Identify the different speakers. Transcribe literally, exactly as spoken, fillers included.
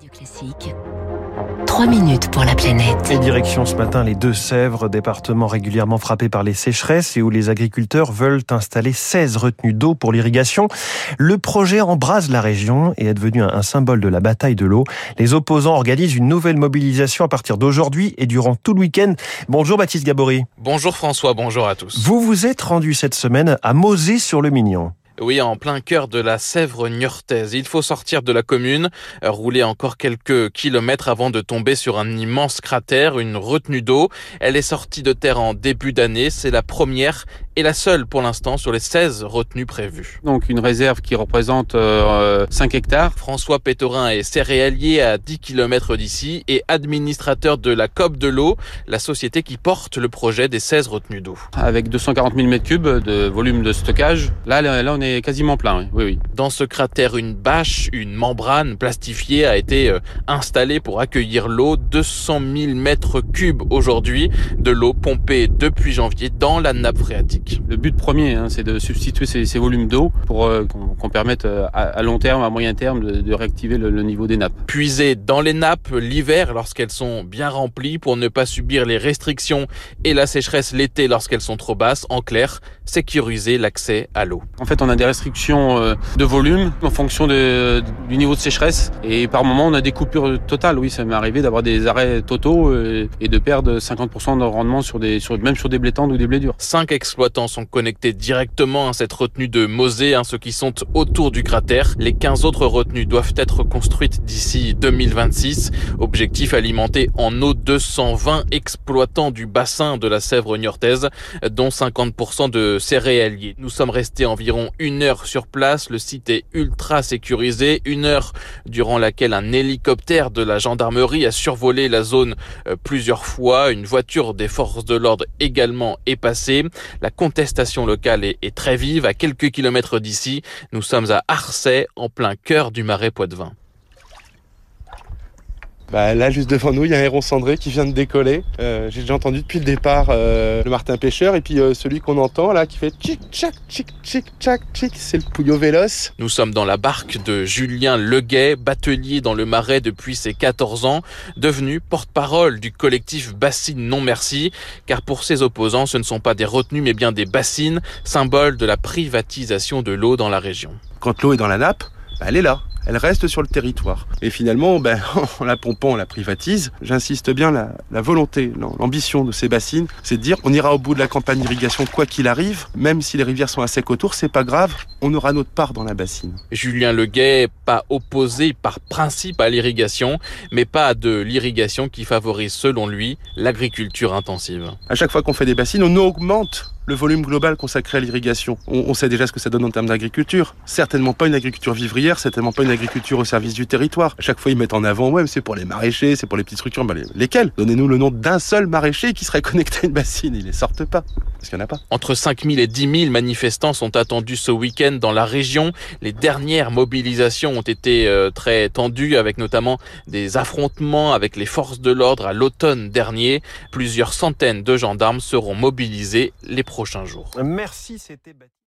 Speaker 1: Radio Classique, trois minutes pour la planète.
Speaker 2: Et direction ce matin les Deux-Sèvres, département régulièrement frappé par les sécheresses et où les agriculteurs veulent installer seize retenues d'eau pour l'irrigation. Le projet embrase la région et est devenu un symbole de la bataille de l'eau. Les opposants organisent une nouvelle mobilisation à partir d'aujourd'hui et durant tout le week-end. Bonjour Baptiste Gabory.
Speaker 3: Bonjour François, bonjour à tous.
Speaker 2: Vous vous êtes rendu cette semaine à Mauzé-sur-le-Mignon.
Speaker 3: Oui, en plein cœur de la Sèvre niortaise. Il faut sortir de la commune, rouler encore quelques kilomètres avant de tomber sur un immense cratère, une retenue d'eau. Elle est sortie de terre en début d'année. C'est la première et la seule pour l'instant sur les seize retenues prévues.
Speaker 4: Donc une réserve qui représente euh, cinq hectares.
Speaker 3: François Pétorin est céréalier à dix kilomètres d'ici et administrateur de la Coop de l'eau, la société qui porte le projet des seize retenues d'eau.
Speaker 4: Avec deux cent quarante mille mètres cubes de volume de stockage. Là, là, on est quasiment plein, oui. oui, oui.
Speaker 3: Dans ce cratère, une bâche, une membrane plastifiée a été installée pour accueillir l'eau. deux cent mille mètres cubes aujourd'hui de l'eau pompée depuis janvier dans la nappe phréatique.
Speaker 4: Le but premier, hein, c'est de substituer ces, ces volumes d'eau pour euh, qu'on, qu'on permette à, à long terme, à moyen terme, de, de réactiver le, le niveau des nappes.
Speaker 3: Puiser dans les nappes l'hiver lorsqu'elles sont bien remplies pour ne pas subir les restrictions et la sécheresse l'été lorsqu'elles sont trop basses. En clair, sécuriser l'accès à l'eau.
Speaker 4: En fait, on a des restrictions de volume en fonction de, du niveau de sécheresse et par moment on a des coupures totales. Oui, ça m'est arrivé d'avoir des arrêts totaux et de perdre cinquante pour cent de rendement sur des, sur, même sur des blés tendres ou des blés durs.
Speaker 3: Cinq exploitants sont connectés directement à cette retenue de Mauzé, hein, ceux qui sont autour du cratère. Les quinze autres retenues doivent être construites d'ici deux mille vingt-six. Objectif, alimenter en eau deux cent vingt exploitants du bassin de la Sèvre niortaise, dont cinquante pour cent de céréaliers. Nous sommes restés environ une heure sur place. Le site est ultra sécurisé. Une heure durant laquelle un hélicoptère de la gendarmerie a survolé la zone plusieurs fois. Une voiture des forces de l'ordre également est passée. La contestation locale est, est très vive. À quelques kilomètres d'ici, nous sommes à Arcey, en plein cœur du marais Poitevin.
Speaker 5: Bah là, juste devant nous, il y a un héron cendré qui vient de décoller. Euh, j'ai déjà entendu depuis le départ euh, le martin pêcheur et puis euh, celui qu'on entend là qui fait tchic tchac tchic tchic tchac tchic, c'est le pouillot véloce.
Speaker 3: Nous sommes dans la barque de Julien Leguet, batelier dans le marais depuis ses quatorze ans, devenu porte-parole du collectif Bassines Non Merci, car pour ses opposants, ce ne sont pas des retenues mais bien des bassines, symbole de la privatisation de l'eau dans la région.
Speaker 5: Quand l'eau est dans la nappe, bah, elle est là. Elle reste sur le territoire. Et finalement, ben, en la pompant, on la privatise. J'insiste bien, la, la volonté, l'ambition de ces bassines, c'est de dire on ira au bout de la campagne d'irrigation quoi qu'il arrive, même si les rivières sont à sec autour, c'est pas grave, on aura notre part dans la bassine.
Speaker 3: Julien Leguet, pas opposé par principe à l'irrigation, mais pas à de l'irrigation qui favorise, selon lui, l'agriculture intensive.
Speaker 5: À chaque fois qu'on fait des bassines, on augmente le volume global consacré à l'irrigation. On, on sait déjà ce que ça donne en termes d'agriculture. Certainement pas une agriculture vivrière, certainement pas une agriculture au service du territoire. À chaque fois, ils mettent en avant, ouais, c'est pour les maraîchers, c'est pour les petites structures. Ben, les, lesquels ? Donnez-nous le nom d'un seul maraîcher qui serait connecté à une bassine. Ils les sortent pas. Parce qu'il n'y en a pas.
Speaker 3: Entre cinq mille et dix mille manifestants sont attendus ce week-end dans la région. Les dernières mobilisations ont été euh, très tendues, avec notamment des affrontements avec les forces de l'ordre à l'automne dernier. Plusieurs centaines de gendarmes seront mobilisés les prochains jours.
Speaker 2: Merci, c'était